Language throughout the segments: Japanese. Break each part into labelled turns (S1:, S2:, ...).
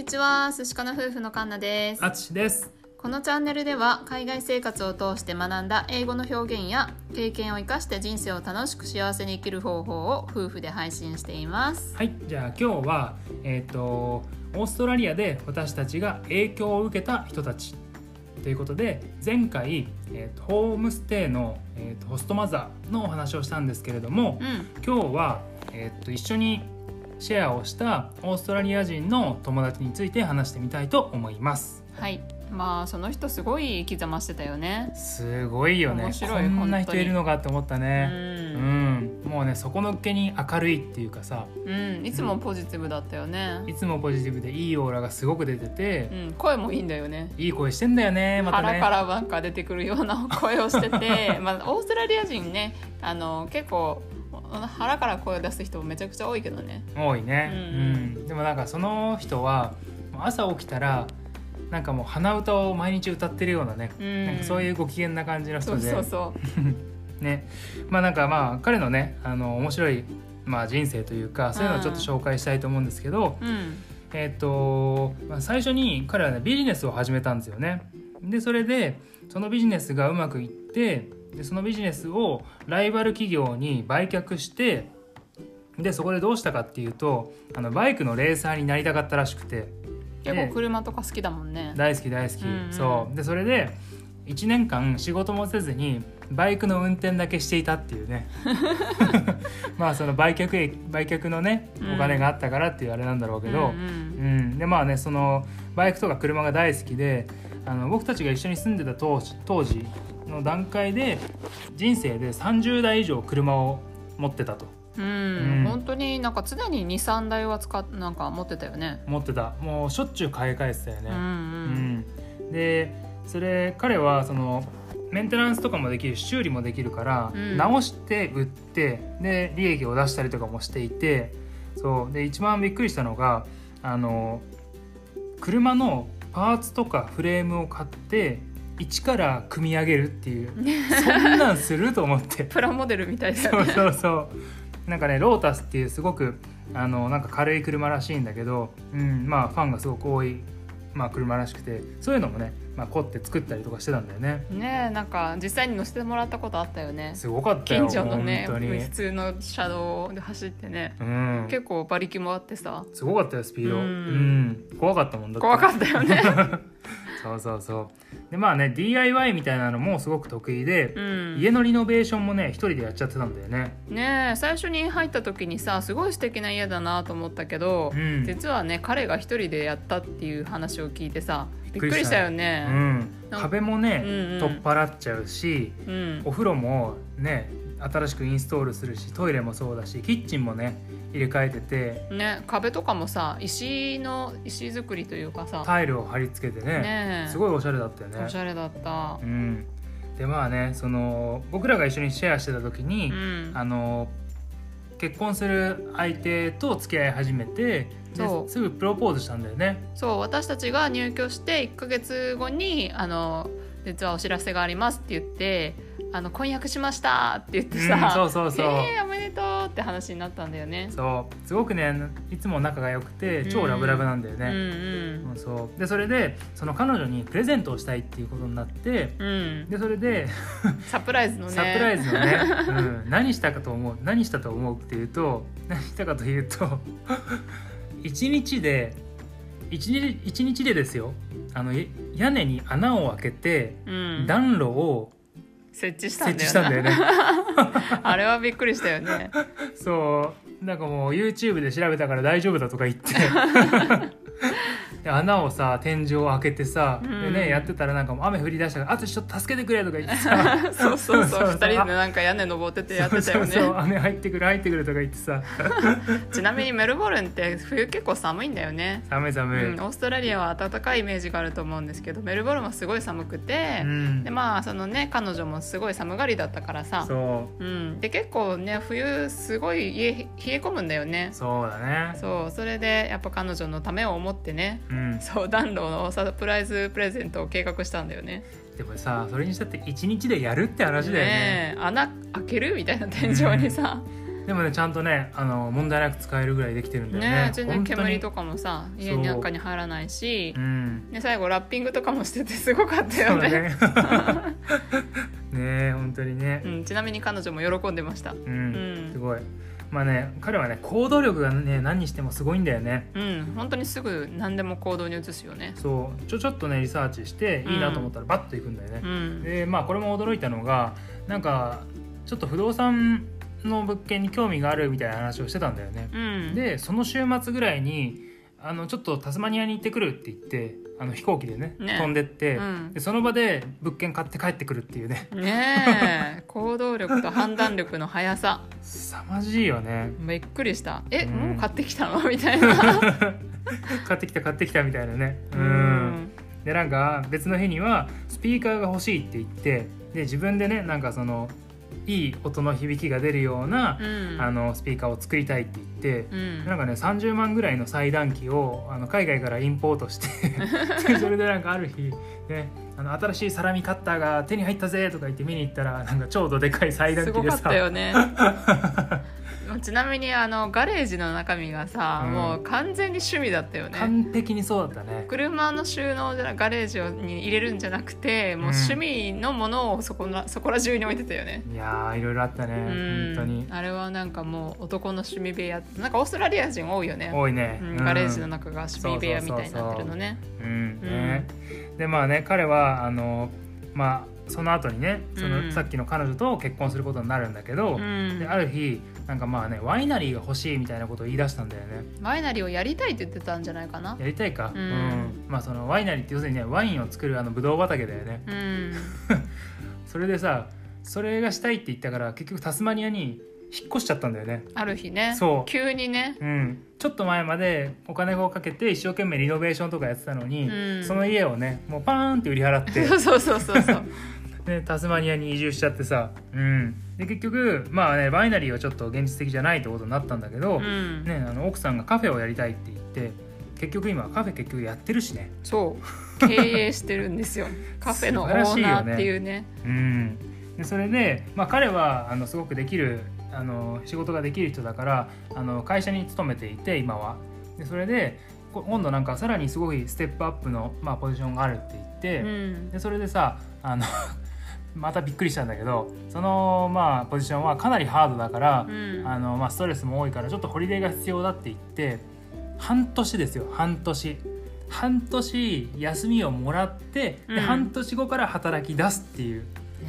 S1: にちは、寿司かな夫婦のカンナです。
S2: あつしです。
S1: このチャンネルでは海外生活を通して学んだ英語の表現や経験を生かして人生を楽しく幸せに生きる方法を夫婦で配信しています。
S2: はい、じゃあ今日は、オーストラリアで私たちが影響を受けた人たちということで、前回、ホームステイの、ホストマザーのお話をしたんですけれども、今日は、一緒にシェアをしたオーストラリア人の友達について話してみたいと思います。
S1: はい、その人すごい生き様してたよね。
S2: すごいよね。
S1: 面白い。
S2: こんな人いるのかって思ったね。もうね、底のっけに明るいっていうかさ、
S1: いつもポジティブだったよね。
S2: いつもポジティブでいいオーラがすごく出てて、
S1: 声もいいんだよね。
S2: いい声してんだよね。またね、
S1: 腹からなんか出てくるような声をしててオーストラリア人ね、結構腹から声を出す人もめちゃくちゃ多いけどね。
S2: 多いね。でもなんかその人は朝起きたらなんかもう鼻歌を毎日歌ってるようなね、なんかそういうご機嫌な感じの人で、ね、なんか彼のね、面白い人生というか、そういうのをちょっと紹介したいと思うんですけど、最初に彼はねビジネスを始めたんですよね。でそれでそのビジネスがうまくいって、でそのビジネスをライバル企業に売却して、でそこでどうしたかっていうと、バイクのレーサーになりたかったらしくて、
S1: 結構車とか好きだもんね。
S2: 大好き、そうでそれで1年間仕事もせずにバイクの運転だけしていたっていうねその売却のねお金があったからっていうあれなんだろうけど、でそのバイクとか車が大好きで、僕たちが一緒に住んでた当時の段階で人生で30台以上車を持ってたと。
S1: 本当になんか常に 2,3 台はなんか持ってたよね。
S2: 持ってた。もうしょっちゅう買い替えてたよね。で彼はそのメンテナンスとかもできる、修理もできるから、直して売ってで利益を出したりとかもしていて、そうで一番びっくりしたのが車のパーツとかフレームを買って一から組み上げるっていうそんなんすると思って
S1: プラモデルみたいだよね。
S2: そうなんかね、ロータスっていうすごくなんか軽い車らしいんだけど、ファンがすごく多い、車らしくて、そういうのもね、凝って作ったりとかしてたんだよね。
S1: なんか実際に乗せてもらったことあったよね。
S2: すごかったよ。
S1: 近所のね、
S2: 本当に
S1: 普通の車道で走ってね、結構馬力もあってさ、
S2: すごかったよ、スピード。怖かったもんだって。
S1: 怖かったよね
S2: そうでDIY みたいなのもすごく得意で、家のリノベーションもね一人でやっちゃってたんだよね。
S1: 最初に入った時にさ、すごい素敵な家だなと思ったけど、実はね彼が一人でやったっていう話を聞いてさ、びっくりしたよね。
S2: 壁もね、取っ払っちゃうし、お風呂もね新しくインストールするし、トイレもそうだし、キッチンもね入れ替えてて、
S1: 壁とかもさ石造りというかさ、
S2: タイルを貼り付けてね、すごいおしゃれだったよね。
S1: おしゃれだった。
S2: でその僕らが一緒にシェアしてた時に、結婚する相手と付き合い始めて、すぐプロポーズしたんだよね。
S1: そう、私たちが入居して1ヶ月後に実はお知らせがありますって言って、婚約しましたって言ってさ、おめでとうって話になったんだよね。
S2: そうすごくねいつも仲が良くて超ラブラブなんだよね。そうでそれでその彼女にプレゼントをしたいっていうことになって、でそれで
S1: サプライズのね
S2: 何したと思うっていうと、何したかというと1日でですよ、屋根に穴を開けて、暖炉を
S1: 設置したんだよねあれはびっくりしたよね。
S2: そうなんかもう YouTube で調べたから大丈夫だとか言ってで穴をさ、天井を開けてさ、でねやってたらなんかもう雨降り出したから、あとちょっと助けてくれとか言ってさ
S1: そう2人でなんか屋根登っててやってたよね。
S2: 雨入ってくるとか言ってさ
S1: ちなみにメルボルンって冬結構寒いんだよね。
S2: 寒い、
S1: オーストラリアは暖かいイメージがあると思うんですけど、メルボルンはすごい寒くて、でそのね彼女もすごい寒がりだったからさ、で結構ね冬すごい冷え込むんだよね。
S2: そうだね。
S1: それでやっぱ彼女のためを思ってね、暖炉のサプライズプレゼントを計画したんだよね。
S2: でもさ、それにしたって1日でやるって話だよね。
S1: 穴開けるみたいな天井にさ、
S2: でもねちゃんとね問題なく使えるぐらいできてるんだよね。
S1: 全然煙とかもさ家の中に入らないし、で最後ラッピングとかもしててすごかったよね。ね
S2: え本当にね、
S1: ちなみに彼女も喜んでました。
S2: すごい。まあね彼はね行動力がね何にしてもすごいんだよね。
S1: 本当にすぐ何でも行動に移すよね。
S2: そうちょっとねリサーチしていいなと思ったらバッといくんだよね。でまあこれも驚いたのがなんかちょっと不動産の物件に興味があるみたいな話をしてたんだよね。でその週末ぐらいにちょっとタスマニアに行ってくるって言って飛行機でね飛んでって、でその場で物件買って帰ってくるっていうね。
S1: ねえ行動力と判断力の速さ
S2: 凄まじいよね。
S1: びっくりした。もう買ってきたのみたいな
S2: 買ってきたみたいなね。でなんか別の日にはスピーカーが欲しいって言って、で自分でねなんかそのいい音の響きが出るような、スピーカーを作りたいって言って、なんかね30万ぐらいの裁断機を海外からインポートしてでそれでなんかある日、ね、新しいサラミカッターが手に入ったぜとか言って見に行ったらなんかちょうどでかい裁断機でさ
S1: すごかったよねちなみにガレージの中身がさ、もう完全に趣味だったよね。
S2: 完璧にそうだったね。
S1: 車の収納じゃガレージに入れるんじゃなくて、もう趣味のものをそこら中に置いてたよね。
S2: いやーいろいろあったね、本当に。
S1: あれはなんかもう男の趣味部屋、なんかオーストラリア人多いよね。
S2: 多いね、
S1: ガレージの中が趣味部屋みたいになってるのね。
S2: でまあね彼はまあその後にねさっきの彼女と結婚することになるんだけど、である日なんかまあねワイナリーが欲しいみたいなことを言い出したんだよね。
S1: ワイナリーをやりたいって言ってたんじゃないかな。
S2: やりたいか、まあそのワイナリーって要するにねワインを作るブドウ畑だよね。それでさそれがしたいって言ったから結局タスマニアに引っ越しちゃったんだよね。
S1: ある日ね。
S2: そう
S1: 急にね、
S2: ちょっと前までお金をかけて一生懸命リノベーションとかやってたのに、その家をねもうパーンって売り払って
S1: そう
S2: でタスマニアに移住しちゃってさ、で結局まあねワイナリーはちょっと現実的じゃないってことになったんだけど、ね、奥さんがカフェをやりたいって言って結局今カフェ結局やってるしね。
S1: そう経営してるんですよカフェのオーナーっていうね。
S2: でそれで、まあ、彼はすごくできる仕事ができる人だから会社に勤めていて今は。でそれで今度なんかさらにすごいステップアップの、まあ、ポジションがあるって言って、でそれでさまたびっくりしたんだけどそのまあポジションはかなりハードだから、まあ、ストレスも多いからちょっとホリデーが必要だって言って半年ですよ。半年休みをもらって、で半年後から働き出すっていう。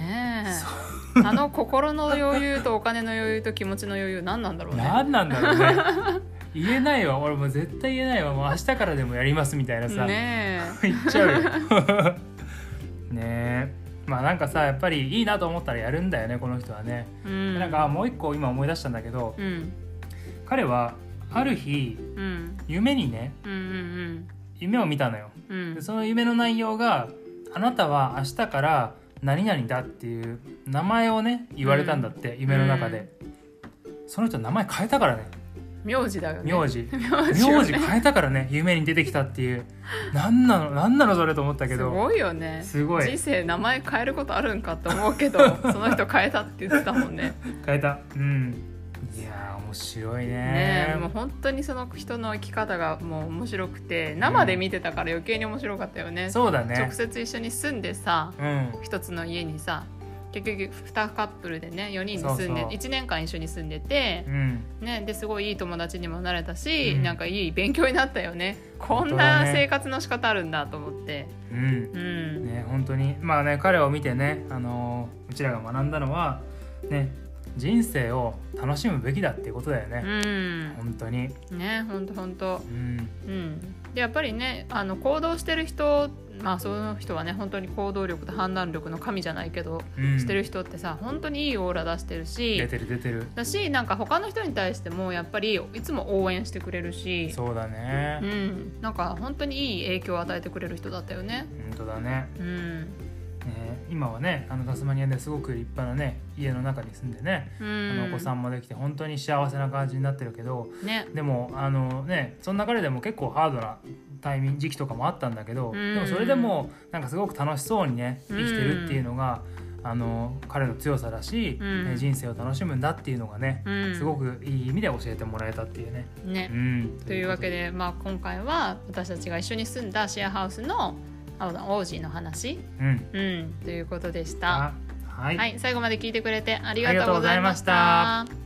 S1: 心の余裕とお金の余裕と気持ちの余裕何なんだろうね。
S2: 何なんだろうね言えないわ。俺もう絶対言えないわ。もう明日からでもやりますみたいなさ言っちゃうよねえ。まあなんかさやっぱりいいなと思ったらやるんだよねこの人はね。なんかもう一個今思い出したんだけど、彼はある日、夢にね、夢を見たのよ。でその夢の内容があなたは明日から何々だっていう名前をね言われたんだって、夢の中で。その人名前変えたからね。
S1: 名字だよね。
S2: 名字変えたからね夢に出てきたっていう。何なのそれと思ったけど。
S1: すごいよね。
S2: すごい。
S1: 人生名前変えることあるんかと思うけどその人変えたって言ってたもんね。
S2: 変えた。いや面白い
S1: ね。もう本当にその人の生き方がもう面白くて生で見てたから余計に面白かったよね。
S2: そうだね。
S1: 直接一緒に住んでさ、一つの家にさ結局2カップルでね4人で住んで1年間一緒に住んでて、ね、ですごいいい友達にもなれたし、なんかいい勉強になったよね。こんな生活の仕方あるんだと思って。
S2: ね本当にまあね彼を見てねうちらが学んだのはね人生を楽しむべきだっていうことだよね。本当に
S1: ね本当。でやっぱりね行動してる人、まあその人はね本当に行動力と判断力の神じゃないけど、してる人ってさ本当にいいオーラ出してるし
S2: 出てる
S1: だし、なんか他の人に対してもやっぱりいつも応援してくれるし。
S2: そうだね。
S1: なんか本当にいい影響を与えてくれる人だったよね。
S2: 本当だね。今はねタスマニアですごく立派なね家の中に住んでね、お子さんもできて本当に幸せな感じになってるけど、でもその中でも結構ハードな時期とかもあったんだけど、でもそれでもなんかすごく楽しそうにね生きてるっていうのが彼の強さだし、人生を楽しむんだっていうのがね、すごくいい意味で教えてもらえたっていうね。
S1: というわけで、今回は私たちが一緒に住んだシェアハウスのオージーの話、ということでした。はい、最後まで聞いてくれてありがとうございました。